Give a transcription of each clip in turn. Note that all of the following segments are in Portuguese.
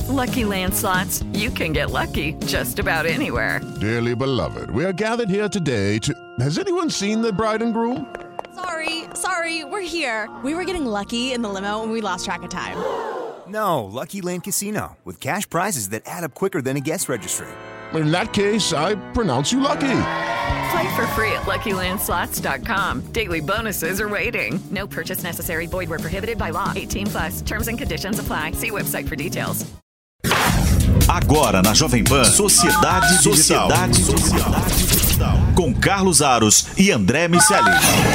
Lucky Land Slots, you can get lucky just about anywhere. Dearly beloved, we are gathered here today to... Has anyone seen the bride and groom? Sorry, we're here. We were getting lucky in the limo and we lost track of time. No, Lucky Land Casino, with cash prizes that add up quicker than a guest registry. In that case, I pronounce you lucky. Play for free at LuckyLandSlots.com. Daily bonuses are waiting. No purchase necessary. Void where prohibited by law. 18+. Terms and conditions apply. See website for details. Agora na Jovem Pan, Sociedade Digital. Com Carlos Aros e André Miceli.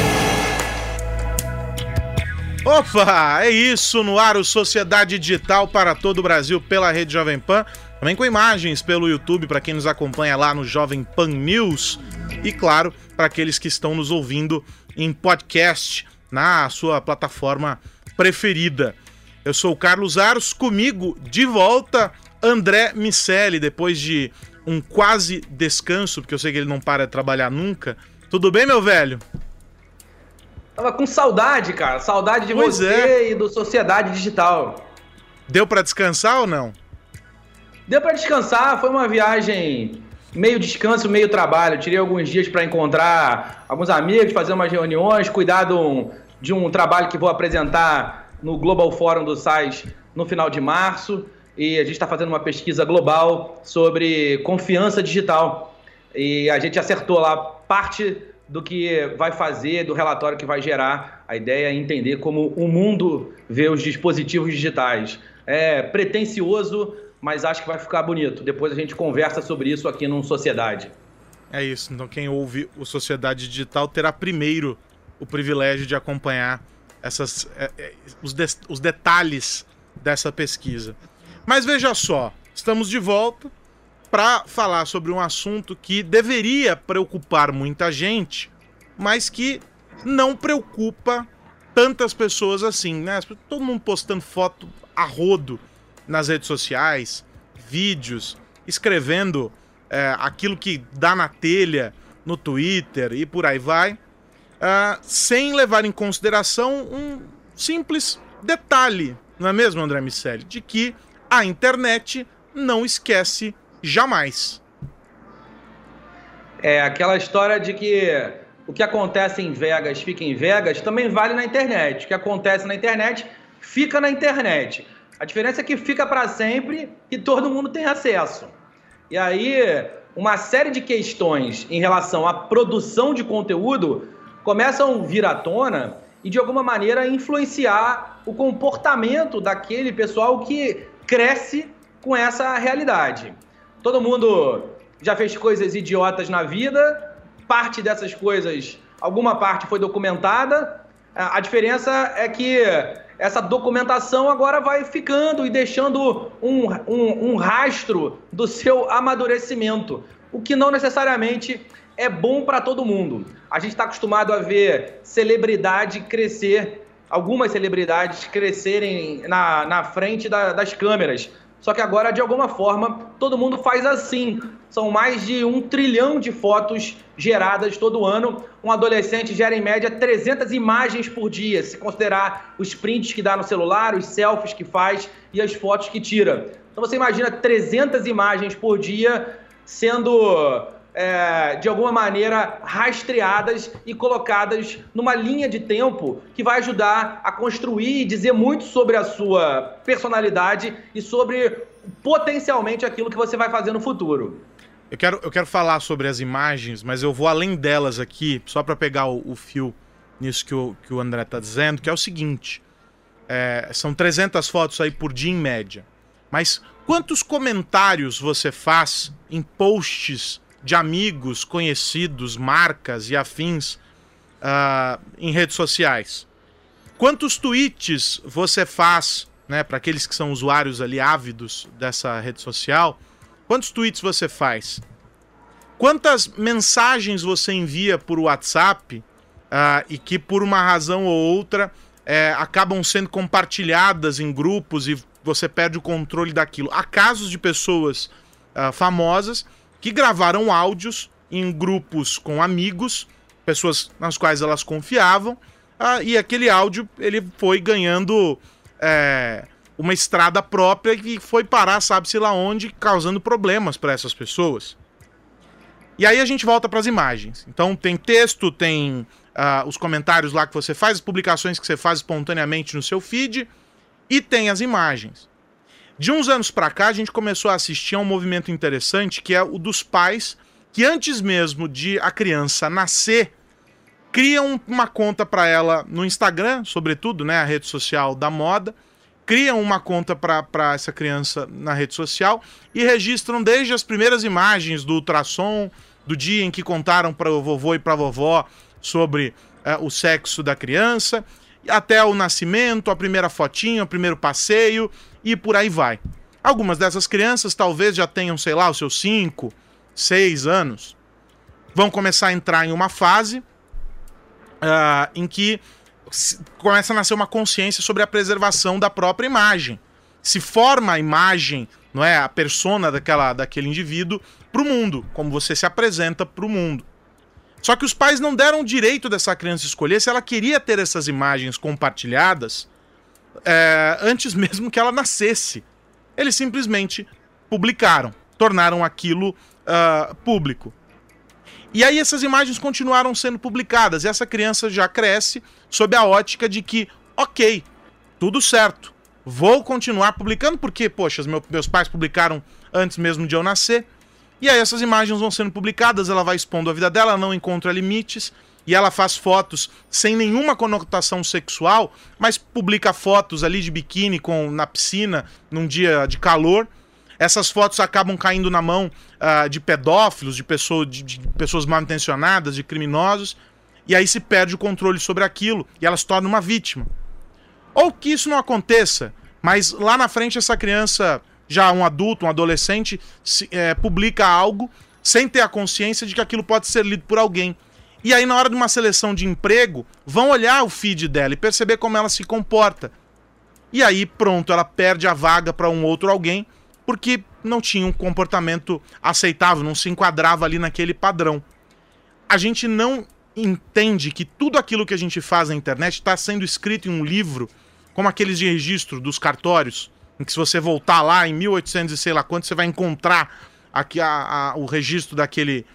Opa, é isso, no ar o Sociedade Digital para todo o Brasil pela Rede Jovem Pan, também com imagens pelo YouTube para quem nos acompanha lá no Jovem Pan News e, claro, para aqueles que estão nos ouvindo em podcast na sua plataforma preferida. Eu sou o Carlos Aros, comigo de volta André Miceli, depois de um quase descanso, porque eu sei que ele não para de trabalhar nunca. Tudo bem, meu velho? Tava com saudade, cara. Saudade de você e do Sociedade Digital. Deu pra descansar ou não? Deu pra descansar. Foi uma viagem meio descanso, meio trabalho. Tirei alguns dias pra encontrar alguns amigos, fazer umas reuniões, cuidar de um trabalho que vou apresentar no Global Forum do SAIS no final de março. E a gente está fazendo uma pesquisa global sobre confiança digital. E a gente acertou lá parte do que vai fazer, do relatório que vai gerar. A ideia é entender como o mundo vê os dispositivos digitais. É pretensioso, mas acho que vai ficar bonito. Depois a gente conversa sobre isso aqui no Sociedade. É isso. Então quem ouve o Sociedade Digital terá primeiro o privilégio de acompanhar os detalhes dessa pesquisa. Mas veja só, estamos de volta para falar sobre um assunto que deveria preocupar muita gente, mas que não preocupa tantas pessoas assim, né? Todo mundo postando foto a rodo nas redes sociais, vídeos, escrevendo aquilo que dá na telha, no Twitter e por aí vai, sem levar em consideração um simples detalhe, não é mesmo, André Miceli? De que a internet não esquece jamais. É aquela história de que o que acontece em Vegas fica em Vegas, também vale na internet. O que acontece na internet fica na internet. A diferença é que fica para sempre e todo mundo tem acesso. E aí, uma série de questões em relação à produção de conteúdo começam a vir à tona e, de alguma maneira, influenciar o comportamento daquele pessoal que cresce com essa realidade. Todo mundo já fez coisas idiotas na vida, parte dessas coisas, alguma parte foi documentada. A diferença é que essa documentação agora vai ficando e deixando um rastro do seu amadurecimento, o que não necessariamente é bom para todo mundo. A gente está acostumado a ver celebridade crescer, algumas celebridades crescerem na frente das câmeras. Só que agora, de alguma forma, todo mundo faz assim. São mais de 1 trilhão de fotos geradas todo ano. Um adolescente gera, em média, 300 imagens por dia, se considerar os prints que dá no celular, os selfies que faz e as fotos que tira. Então você imagina 300 imagens por dia sendo, de alguma maneira, rastreadas e colocadas numa linha de tempo que vai ajudar a construir e dizer muito sobre a sua personalidade e sobre, potencialmente, aquilo que você vai fazer no futuro. Eu quero falar sobre as imagens, mas eu vou além delas aqui, só para pegar o fio nisso que o André está dizendo, que é o seguinte, são 300 fotos aí por dia em média, mas quantos comentários você faz em posts de amigos, conhecidos, marcas e afins em redes sociais? Quantos tweets você faz, né, para aqueles que são usuários ali ávidos dessa rede social? Quantos tweets você faz? Quantas mensagens você envia por WhatsApp e que por uma razão ou outra acabam sendo compartilhadas em grupos e você perde o controle daquilo? Há casos de pessoas famosas que gravaram áudios em grupos com amigos, pessoas nas quais elas confiavam, e aquele áudio ele foi ganhando uma estrada própria que foi parar, sabe-se lá onde, causando problemas para essas pessoas. E aí a gente volta para as imagens. Então tem texto, tem os comentários lá que você faz, as publicações que você faz espontaneamente no seu feed, e tem as imagens. De uns anos para cá, a gente começou a assistir a um movimento interessante, que é o dos pais que antes mesmo de a criança nascer, criam uma conta para ela no Instagram, sobretudo, né, a rede social da moda, criam uma conta para essa criança na rede social e registram desde as primeiras imagens do ultrassom, do dia em que contaram para o vovô e para a vovó sobre o sexo da criança, até o nascimento, a primeira fotinha, o primeiro passeio e por aí vai. Algumas dessas crianças talvez já tenham, sei lá, os seus 5, 6 anos, vão começar a entrar em uma fase em que começa a nascer uma consciência sobre a preservação da própria imagem. Se forma a imagem, não é, a persona daquele indivíduo para o mundo, como você se apresenta para o mundo. Só que os pais não deram o direito dessa criança escolher se ela queria ter essas imagens compartilhadas antes mesmo que ela nascesse. Eles simplesmente publicaram, tornaram aquilo público. E aí essas imagens continuaram sendo publicadas, e essa criança já cresce sob a ótica de que, ok, tudo certo, vou continuar publicando porque, poxa, meus pais publicaram antes mesmo de eu nascer. E aí essas imagens vão sendo publicadas, ela vai expondo a vida dela, ela não encontra limites, e ela faz fotos sem nenhuma conotação sexual, mas publica fotos ali de biquíni na piscina, num dia de calor. Essas fotos acabam caindo na mão de pedófilos, de pessoas mal intencionadas, de criminosos, e aí se perde o controle sobre aquilo, e ela se torna uma vítima. Ou que isso não aconteça, mas lá na frente essa criança, já um adulto, um adolescente, publica algo sem ter a consciência de que aquilo pode ser lido por alguém. E aí na hora de uma seleção de emprego, vão olhar o feed dela e perceber como ela se comporta. E aí pronto, ela perde a vaga para um outro alguém, porque não tinha um comportamento aceitável, não se enquadrava ali naquele padrão. A gente não entende que tudo aquilo que a gente faz na internet está sendo escrito em um livro, como aqueles de registro dos cartórios, em que se você voltar lá em 1800 e sei lá quanto, você vai encontrar aqui o registro daquele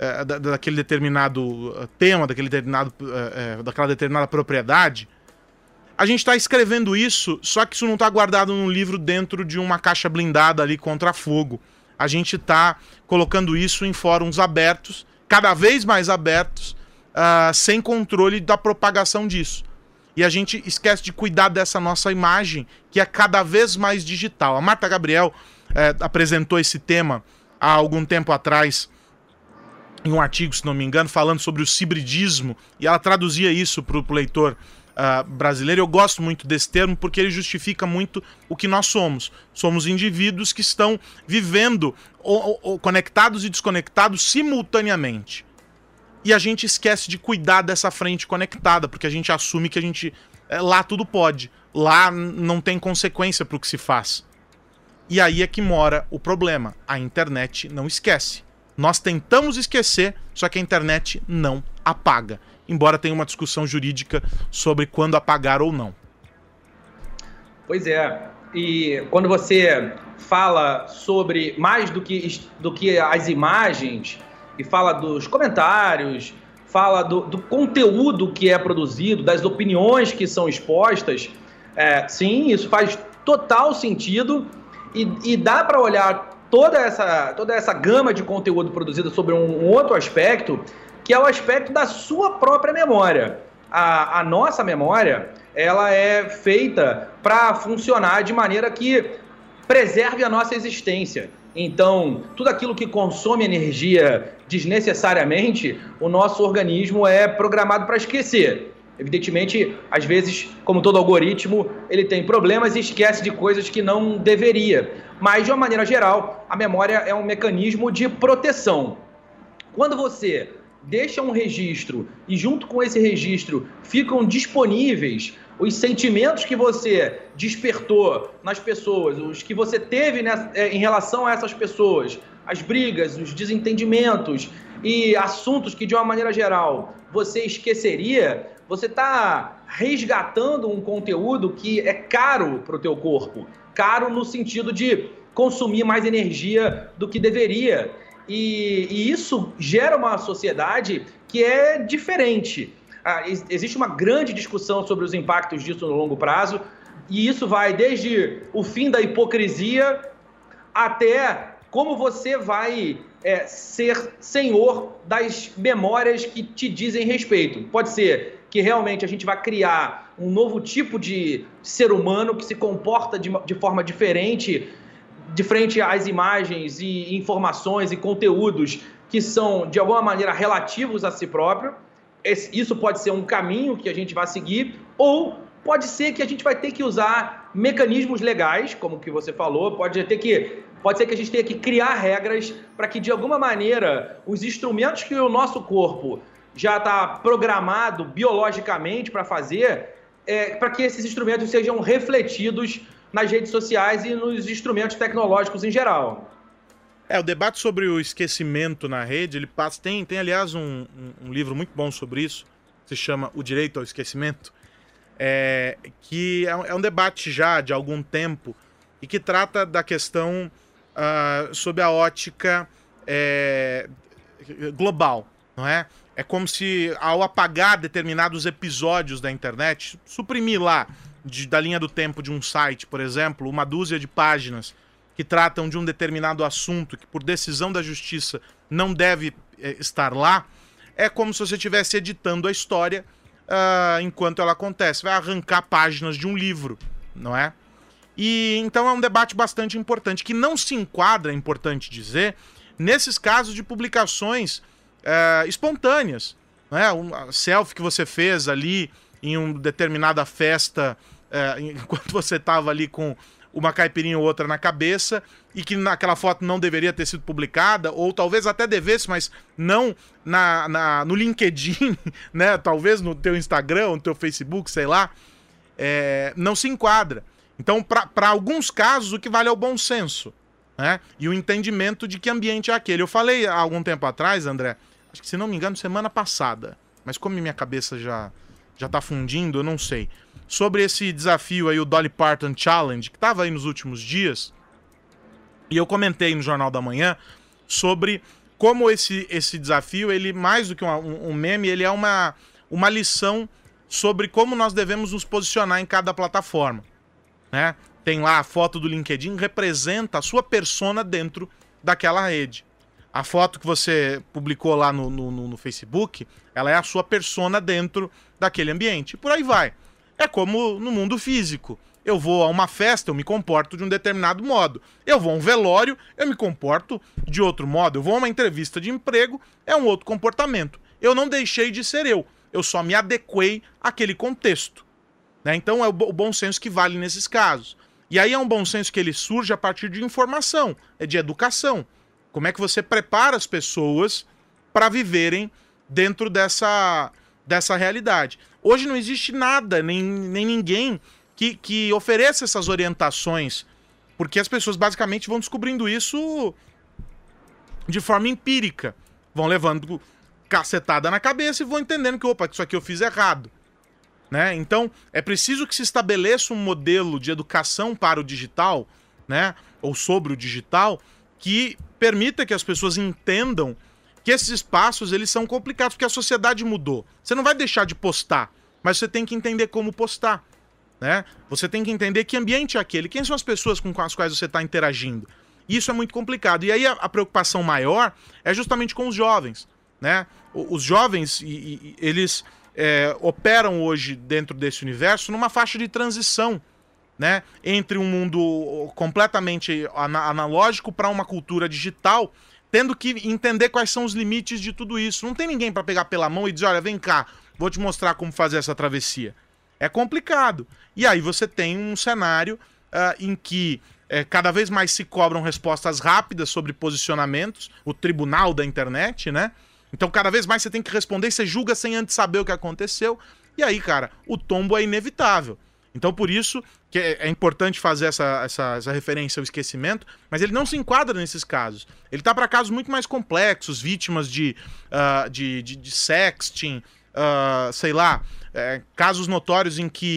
determinado tema, daquela determinada propriedade. A gente está escrevendo isso, só que isso não está guardado num livro dentro de uma caixa blindada ali contra fogo. A gente está colocando isso em fóruns abertos, cada vez mais abertos, sem controle da propagação disso. E a gente esquece de cuidar dessa nossa imagem, que é cada vez mais digital. A Marta Gabriel apresentou esse tema há algum tempo atrás, em um artigo, se não me engano, falando sobre o cibridismo, e ela traduzia isso para o leitor brasileiro. Eu gosto muito desse termo porque ele justifica muito o que nós somos. Somos indivíduos que estão vivendo conectados e desconectados simultaneamente. E a gente esquece de cuidar dessa frente conectada, porque a gente assume que lá tudo pode. Lá não tem consequência para o que se faz. E aí é que mora o problema. A internet não esquece. Nós tentamos esquecer, só que a internet não apaga. Embora tenha uma discussão jurídica sobre quando apagar ou não. Pois é. E quando você fala sobre mais do que as imagens, e fala dos comentários, fala do conteúdo que é produzido, das opiniões que são expostas, sim, isso faz total sentido e dá para olhar toda essa gama de conteúdo produzida sobre um outro aspecto, que é o aspecto da sua própria memória. A nossa memória, ela é feita para funcionar de maneira que preserve a nossa existência. Então, tudo aquilo que consome energia desnecessariamente, o nosso organismo é programado para esquecer. Evidentemente, às vezes, como todo algoritmo, ele tem problemas e esquece de coisas que não deveria. Mas, de uma maneira geral, a memória é um mecanismo de proteção. Quando você deixa um registro e junto com esse registro ficam disponíveis os sentimentos que você despertou nas pessoas, os que você teve em relação a essas pessoas, as brigas, os desentendimentos e assuntos que, de uma maneira geral, você esqueceria, você está resgatando um conteúdo que é caro para o teu corpo. caro no sentido de consumir mais energia do que deveria. E isso gera uma sociedade que é diferente. Existe uma grande discussão sobre os impactos disso no longo prazo, e isso vai desde o fim da hipocrisia até como você vai ser senhor das memórias que te dizem respeito. Pode ser que realmente a gente vai criar um novo tipo de ser humano que se comporta de forma diferente de frente às imagens e informações e conteúdos que são, de alguma maneira, relativos a si próprio. Isso pode ser um caminho que a gente vai seguir, ou pode ser que a gente vai ter que usar mecanismos legais, como que você falou, pode ser que a gente tenha que criar regras para que, de alguma maneira, os instrumentos que o nosso corpo já está programado biologicamente para fazer, para que esses instrumentos sejam refletidos nas redes sociais e nos instrumentos tecnológicos em geral. O debate sobre o esquecimento na rede, ele passa. Tem aliás, um livro muito bom sobre isso, que se chama O Direito ao Esquecimento, que é um debate já de algum tempo e que trata da questão sob a ótica global, não é? É como se, ao apagar determinados episódios da internet, suprimir lá, da linha do tempo de um site, por exemplo, uma dúzia de páginas que tratam de um determinado assunto que, por decisão da justiça, não deve estar lá, é como se você estivesse editando a história enquanto ela acontece. Vai arrancar páginas de um livro, não é? E então é um debate bastante importante, que não se enquadra, é importante dizer, nesses casos de publicações espontâneas, né? Uma selfie que você fez ali em uma determinada festa, enquanto você estava ali com uma caipirinha ou outra na cabeça, e que naquela foto não deveria ter sido publicada, ou talvez até devesse, mas não no LinkedIn, né? Talvez no teu Instagram, no teu Facebook, sei lá, não se enquadra. Então, para alguns casos, o que vale é o bom senso, né? E o entendimento de que ambiente é aquele. Eu falei há algum tempo atrás, André, acho que, se não me engano, semana passada, mas como minha cabeça já tá fundindo, eu não sei, sobre esse desafio aí, o Dolly Parton Challenge, que estava aí nos últimos dias, e eu comentei no Jornal da Manhã sobre como esse desafio, ele, mais do que um meme, ele é uma lição sobre como nós devemos nos posicionar em cada plataforma, né? Tem lá a foto do LinkedIn, representa a sua persona dentro daquela rede. A foto que você publicou lá no Facebook, ela é a sua persona dentro daquele ambiente. E por aí vai. É como no mundo físico. Eu vou a uma festa, eu me comporto de um determinado modo. Eu vou a um velório, eu me comporto de outro modo. Eu vou a uma entrevista de emprego, é um outro comportamento. Eu não deixei de ser eu só me adequei àquele contexto, né? Então é o bom senso que vale nesses casos. E aí é um bom senso que ele surge a partir de informação, de educação. Como é que você prepara as pessoas para viverem dentro dessa realidade? Hoje não existe nada, nem ninguém que ofereça essas orientações, porque as pessoas basicamente vão descobrindo isso de forma empírica. Vão levando cacetada na cabeça e vão entendendo que, opa, isso aqui eu fiz errado, né? Então, é preciso que se estabeleça um modelo de educação para o digital, né? Ou sobre o digital, que permita que as pessoas entendam que esses espaços, eles são complicados, porque a sociedade mudou. Você não vai deixar de postar, mas você tem que entender como postar, né? Você tem que entender que ambiente é aquele, quem são as pessoas com as quais você está interagindo. Isso é muito complicado. E aí a preocupação maior é justamente com os jovens, né? Os jovens, eles operam hoje dentro desse universo numa faixa de transição, né? Entre um mundo completamente analógico para uma cultura digital, tendo que entender quais são os limites de tudo isso. Não tem ninguém para pegar pela mão e dizer, olha, vem cá, vou te mostrar como fazer essa travessia. É complicado. E aí você tem um cenário em que cada vez mais se cobram respostas rápidas sobre posicionamentos, o tribunal da internet, né? Então cada vez mais você tem que responder e você julga sem antes saber o que aconteceu. E aí, cara, o tombo é inevitável. Então por isso que é importante fazer essa referência ao esquecimento, mas ele não se enquadra nesses casos. Ele tá para casos muito mais complexos, vítimas de sexting, sei lá, casos notórios em que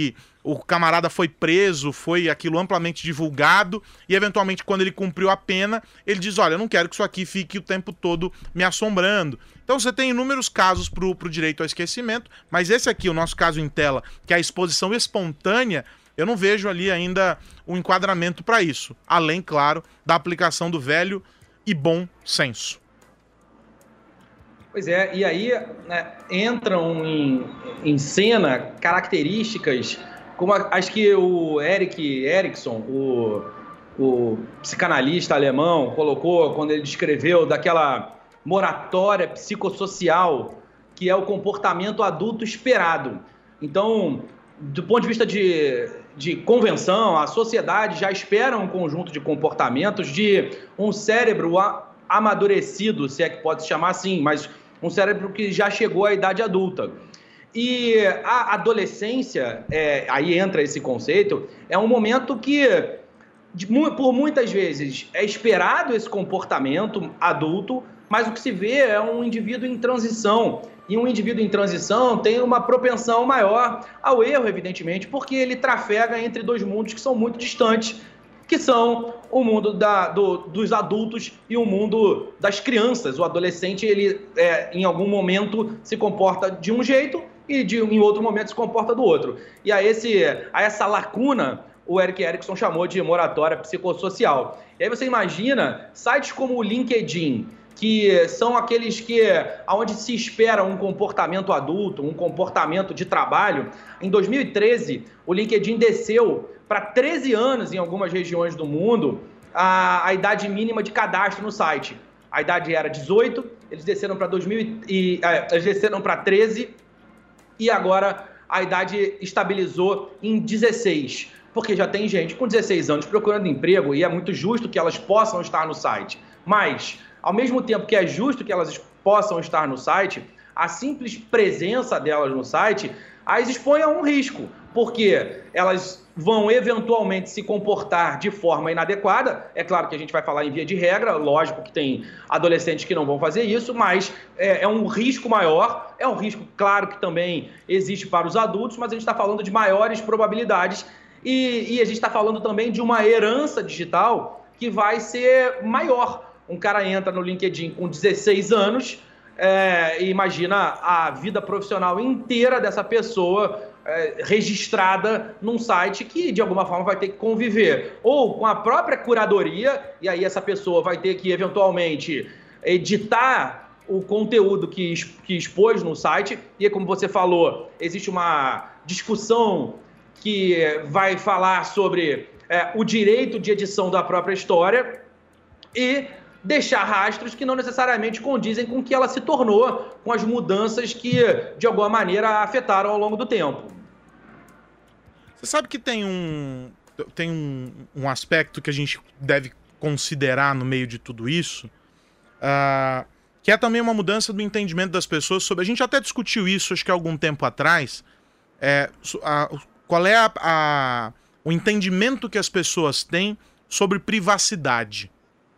o camarada foi preso, foi aquilo amplamente divulgado, e eventualmente quando ele cumpriu a pena, ele diz, olha, eu não quero que isso aqui fique o tempo todo me assombrando. Então você tem inúmeros casos pro direito ao esquecimento, mas esse aqui, o nosso caso em tela, que é a exposição espontânea, eu não vejo ali ainda um enquadramento para isso, além, claro, da aplicação do velho e bom senso. Pois é, e aí né, entram em cena características como as que o Erik Erikson, o psicanalista alemão, colocou quando ele descreveu daquela moratória psicossocial que é o comportamento adulto esperado. Então, do ponto de vista de convenção, a sociedade já espera um conjunto de comportamentos de um cérebro amadurecido, se é que pode se chamar assim, mas um cérebro que já chegou à idade adulta. E a adolescência, aí entra esse conceito, é um momento que, por muitas vezes, é esperado esse comportamento adulto, mas o que se vê é um indivíduo em transição. E um indivíduo em transição tem uma propensão maior ao erro, evidentemente, porque ele trafega entre dois mundos que são muito distantes, que são o mundo dos adultos e o mundo das crianças. O adolescente, ele em algum momento se comporta de um jeito e em outro momento se comporta do outro. E a essa lacuna, o Erik Erikson chamou de moratória psicossocial. E aí você imagina sites como o LinkedIn, que são aqueles onde se espera um comportamento adulto, um comportamento de trabalho. Em 2013, o LinkedIn desceu para 13 anos em algumas regiões do mundo a idade mínima de cadastro no site. A idade era 18, eles desceram para 13 e agora a idade estabilizou em 16, porque já tem gente com 16 anos procurando emprego e é muito justo que elas possam estar no site. Mas, ao mesmo tempo que é justo que elas possam estar no site, a simples presença delas no site as expõe a um risco, porque elas vão eventualmente se comportar de forma inadequada. É claro que a gente vai falar em via de regra, lógico que tem adolescentes que não vão fazer isso, mas é um risco maior, é um risco, claro, que também existe para os adultos, mas a gente está falando de maiores probabilidades e a gente está falando também de uma herança digital que vai ser maior. Um cara entra no LinkedIn com 16 anos e imagina a vida profissional inteira dessa pessoa registrada num site que, de alguma forma, vai ter que conviver ou com a própria curadoria, e aí essa pessoa vai ter que, eventualmente, editar o conteúdo que expôs no site. E, como você falou, existe uma discussão que vai falar sobre o direito de edição da própria história e deixar rastros que não necessariamente condizem com o que ela se tornou, com as mudanças que, de alguma maneira, a afetaram ao longo do tempo. Você sabe que tem um aspecto que a gente deve considerar no meio de tudo isso, que é também uma mudança do entendimento das pessoas sobre... A gente até discutiu isso, acho que há algum tempo atrás, qual é o entendimento que as pessoas têm sobre privacidade.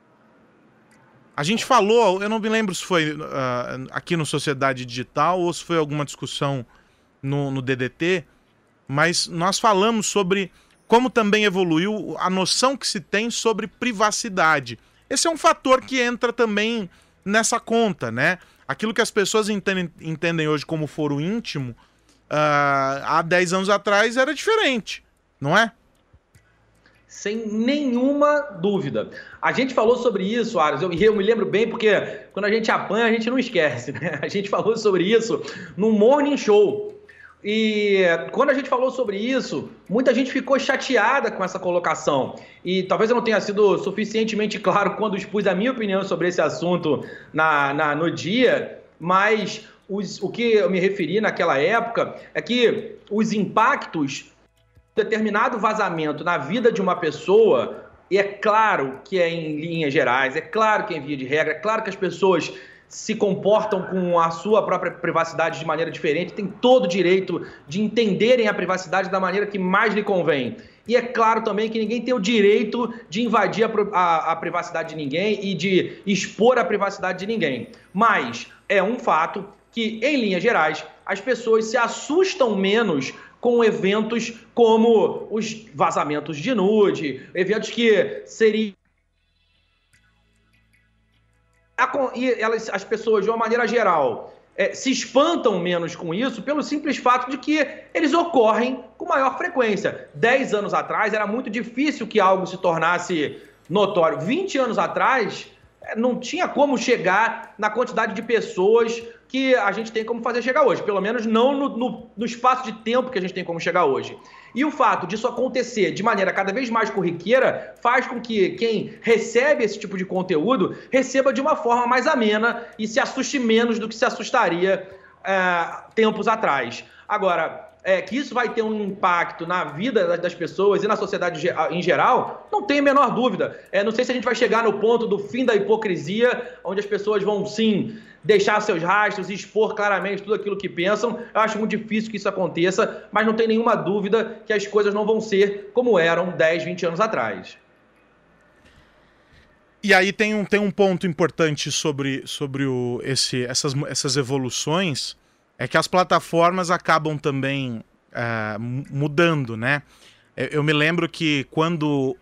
A gente falou, eu não me lembro se foi aqui no Sociedade Digital ou se foi alguma discussão no DDT, mas nós falamos sobre como também evoluiu a noção que se tem sobre privacidade. Esse é um fator que entra também nessa conta, né? Aquilo que as pessoas entendem hoje como foro íntimo, há 10 anos atrás era diferente, não é? Sem nenhuma dúvida. A gente falou sobre isso, Aras, eu me lembro bem porque quando a gente apanha, a gente não esquece, né? A gente falou sobre isso no Morning Show. E quando a gente falou sobre isso, muita gente ficou chateada com essa colocação. E talvez eu não tenha sido suficientemente claro quando expus a minha opinião sobre esse assunto no dia, mas o que eu me referi naquela época é que os impactos de determinado vazamento na vida de uma pessoa, e é claro que é em linhas gerais, é claro que é em via de regra, é claro que as pessoas se comportam com a sua própria privacidade de maneira diferente, têm todo o direito de entenderem a privacidade da maneira que mais lhe convém. E é claro também que ninguém tem o direito de invadir a privacidade de ninguém e de expor a privacidade de ninguém. Mas é um fato que, em linhas gerais, as pessoas se assustam menos com eventos como os vazamentos de nude, eventos que seriam... E as pessoas, de uma maneira geral, se espantam menos com isso pelo simples fato de que eles ocorrem com maior frequência. 10 anos atrás era muito difícil que algo se tornasse notório. 20 anos atrás não tinha como chegar na quantidade de pessoas que a gente tem como fazer chegar hoje. Pelo menos não no espaço de tempo que a gente tem como chegar hoje. E o fato disso acontecer de maneira cada vez mais corriqueira faz com que quem recebe esse tipo de conteúdo receba de uma forma mais amena e se assuste menos do que se assustaria tempos atrás. Agora, que isso vai ter um impacto na vida das pessoas e na sociedade em geral, não tem a menor dúvida. Não sei se a gente vai chegar no ponto do fim da hipocrisia, onde as pessoas vão, sim, deixar seus rastros e expor claramente tudo aquilo que pensam. Eu acho muito difícil que isso aconteça, mas não tem nenhuma dúvida que as coisas não vão ser como eram 10, 20 anos atrás. E aí tem um ponto importante sobre essas evoluções, é que as plataformas acabam também mudando, né? Eu me lembro que quando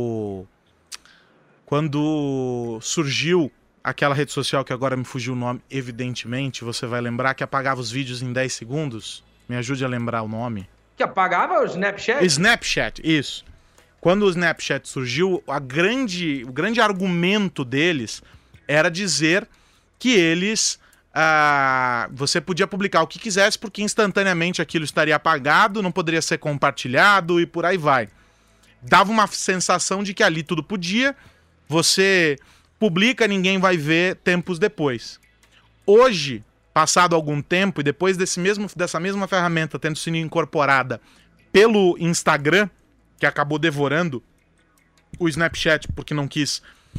surgiu aquela rede social, que agora me fugiu o nome, evidentemente, você vai lembrar, que apagava os vídeos em 10 segundos. Me ajude a lembrar o nome. Que apagava o Snapchat? Snapchat, isso. Quando o Snapchat surgiu, o grande argumento deles era dizer que eles... você podia publicar o que quisesse, porque instantaneamente aquilo estaria apagado, não poderia ser compartilhado e por aí vai. Dava uma sensação de que ali tudo podia, você publica, ninguém vai ver tempos depois. Hoje, passado algum tempo, e depois dessa mesma ferramenta tendo sido incorporada pelo Instagram, que acabou devorando o Snapchat porque não quis...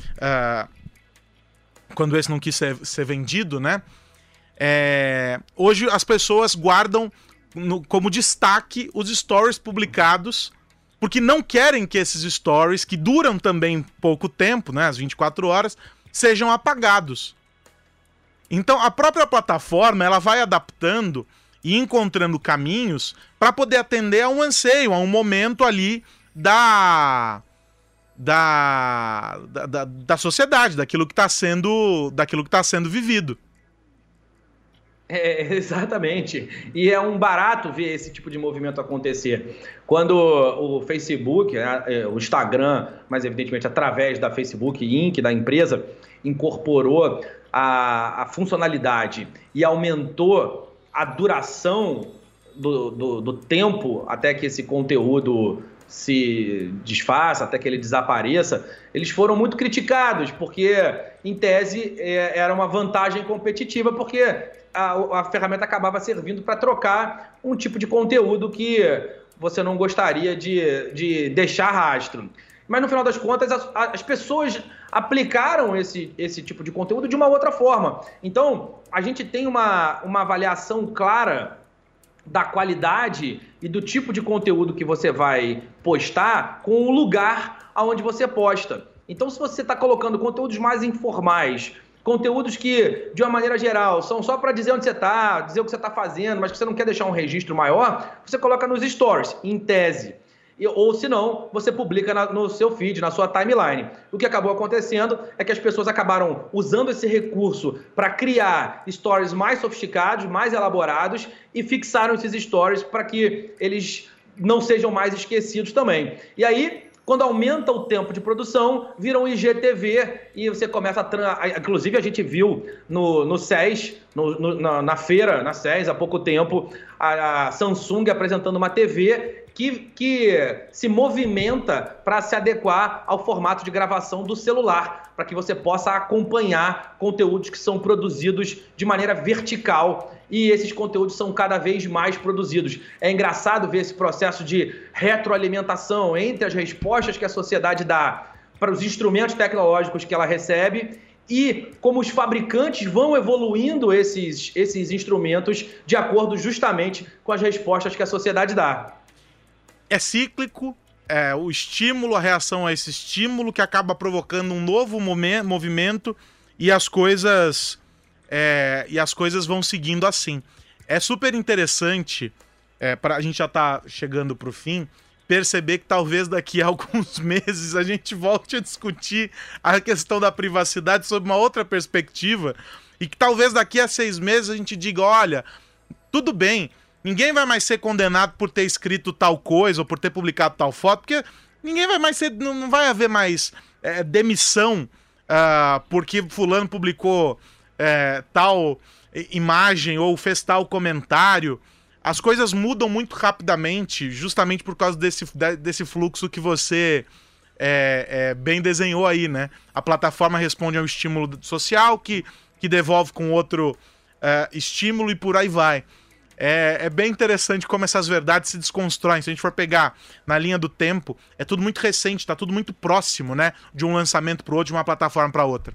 quando esse não quis ser vendido, né? Hoje as pessoas guardam como destaque os stories publicados, porque não querem que esses stories, que duram também pouco tempo, né, as 24 horas, sejam apagados. Então a própria plataforma ela vai adaptando e encontrando caminhos para poder atender a um anseio, a um momento ali da sociedade, daquilo que está sendo vivido. Exatamente. E é um barato ver esse tipo de movimento acontecer. Quando o Facebook, o Instagram, mas evidentemente através da Facebook Inc., da empresa, incorporou a funcionalidade e aumentou a duração do tempo até que esse conteúdo se desfaça, até que ele desapareça, eles foram muito criticados, porque, em tese, era uma vantagem competitiva, porque a ferramenta acabava servindo para trocar um tipo de conteúdo que você não gostaria de deixar rastro. Mas, no final das contas, as pessoas aplicaram esse tipo de conteúdo de uma outra forma. Então, a gente tem uma avaliação clara da qualidade e do tipo de conteúdo que você vai postar com o lugar aonde você posta. Então, se você está colocando conteúdos mais informais, conteúdos que, de uma maneira geral, são só para dizer onde você está, dizer o que você está fazendo, mas que você não quer deixar um registro maior, você coloca nos stories, em tese. Ou, se não, você publica no seu feed, na sua timeline. O que acabou acontecendo é que as pessoas acabaram usando esse recurso para criar stories mais sofisticados, mais elaborados, e fixaram esses stories para que eles não sejam mais esquecidos também. E aí, quando aumenta o tempo de produção, vira um IGTV e você começa inclusive, a gente viu no CES, na feira, na CES, há pouco tempo, a Samsung apresentando uma TV que se movimenta para se adequar ao formato de gravação do celular, para que você possa acompanhar conteúdos que são produzidos de maneira vertical, e esses conteúdos são cada vez mais produzidos. É engraçado ver esse processo de retroalimentação entre as respostas que a sociedade dá para os instrumentos tecnológicos que ela recebe e como os fabricantes vão evoluindo esses instrumentos de acordo justamente com as respostas que a sociedade dá. É cíclico, o estímulo, a reação a esse estímulo que acaba provocando um novo movimento e as coisas vão seguindo assim. É super interessante a gente já tá chegando pro fim, perceber que talvez daqui a alguns meses a gente volte a discutir a questão da privacidade sob uma outra perspectiva e que talvez daqui a 6 meses a gente diga, olha, tudo bem, ninguém vai mais ser condenado por ter escrito tal coisa ou por ter publicado tal foto, porque ninguém vai mais ser, não vai haver mais demissão porque fulano publicou tal imagem ou fez tal comentário. As coisas mudam muito rapidamente, justamente por causa desse fluxo que você bem desenhou aí, né? A plataforma responde a um estímulo social que devolve com outro estímulo e por aí vai. É bem interessante como essas verdades se desconstroem. Se a gente for pegar na linha do tempo, é tudo muito recente, tá tudo muito próximo, né? De um lançamento para o outro, de uma plataforma para outra.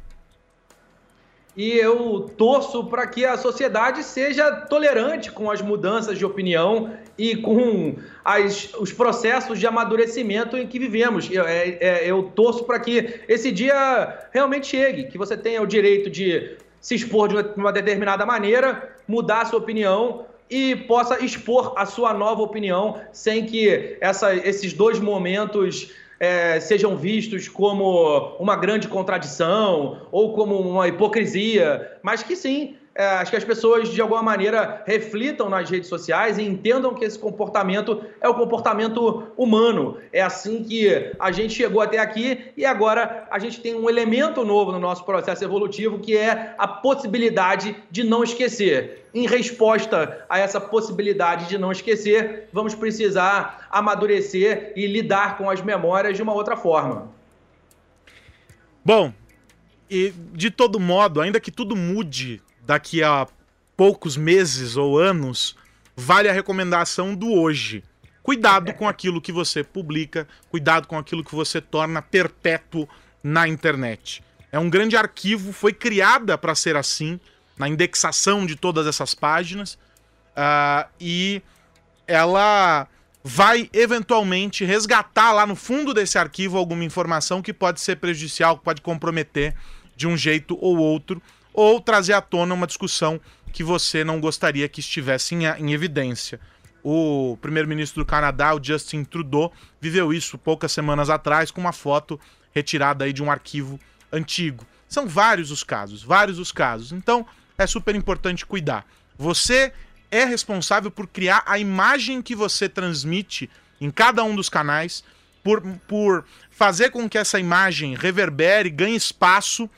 E eu torço para que a sociedade seja tolerante com as mudanças de opinião e com os processos de amadurecimento em que vivemos. Eu torço para que esse dia realmente chegue, que você tenha o direito de se expor de uma determinada maneira, mudar a sua opinião e possa expor a sua nova opinião sem que esses 2 momentos sejam vistos como uma grande contradição ou como uma hipocrisia, mas que sim, acho que as pessoas de alguma maneira reflitam nas redes sociais e entendam que esse comportamento é o comportamento humano. É assim que a gente chegou até aqui e agora a gente tem um elemento novo no nosso processo evolutivo, que é a possibilidade de não esquecer. Em resposta a essa possibilidade de não esquecer, vamos precisar amadurecer e lidar com as memórias de uma outra forma. Bom, e de todo modo, ainda que tudo mude daqui a poucos meses ou anos, vale a recomendação do hoje. Cuidado com aquilo que você publica, cuidado com aquilo que você torna perpétuo na internet. É um grande arquivo, foi criada para ser assim, na indexação de todas essas páginas, e ela vai eventualmente resgatar lá no fundo desse arquivo alguma informação que pode ser prejudicial, que pode comprometer de um jeito ou outro, ou trazer à tona uma discussão que você não gostaria que estivesse em evidência. O primeiro-ministro do Canadá, o Justin Trudeau, viveu isso poucas semanas atrás com uma foto retirada aí de um arquivo antigo. São vários os casos. Então, é super importante cuidar. Você é responsável por criar a imagem que você transmite em cada um dos canais, por fazer com que essa imagem reverbere, ganhe espaço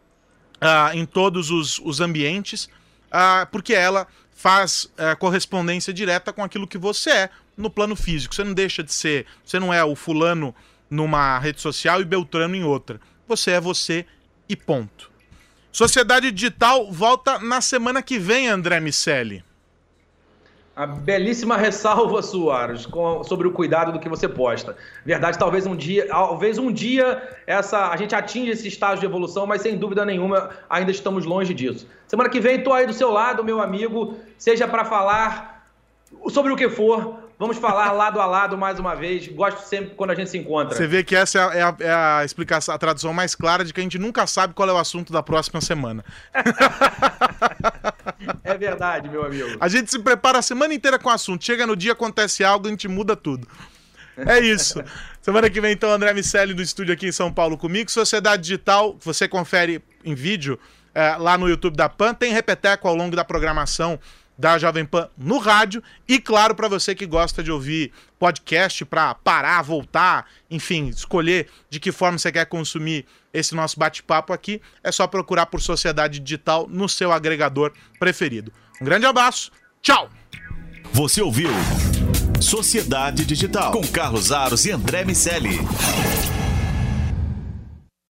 em todos os ambientes, porque ela faz correspondência direta com aquilo que você é no plano físico. Você não deixa de ser, você não é o fulano numa rede social e Beltrano em outra. Você é você e ponto. Sociedade Digital volta na semana que vem, André Miceli. A belíssima ressalva, Soares, sobre o cuidado do que você posta. Verdade, talvez um dia a gente atinja esse estágio de evolução, mas sem dúvida nenhuma ainda estamos longe disso. Semana que vem estou aí do seu lado, meu amigo, seja para falar sobre o que for. Vamos falar lado a lado mais uma vez. Gosto sempre quando a gente se encontra. Você vê que essa é a explicação, a tradução mais clara de que a gente nunca sabe qual é o assunto da próxima semana. É verdade, meu amigo. A gente se prepara a semana inteira com o assunto. Chega no dia, acontece algo, a gente muda tudo. É isso. Semana que vem, então, André Miceli do estúdio aqui em São Paulo comigo. Sociedade Digital, você confere em vídeo lá no YouTube da PAN. Tem repeteco ao longo da programação da Jovem Pan no rádio e, claro, para você que gosta de ouvir podcast para parar, voltar, enfim, escolher de que forma você quer consumir esse nosso bate-papo aqui, é só procurar por Sociedade Digital no seu agregador preferido. Um grande abraço, tchau! Você ouviu Sociedade Digital com Carlos Aros e André Miceli.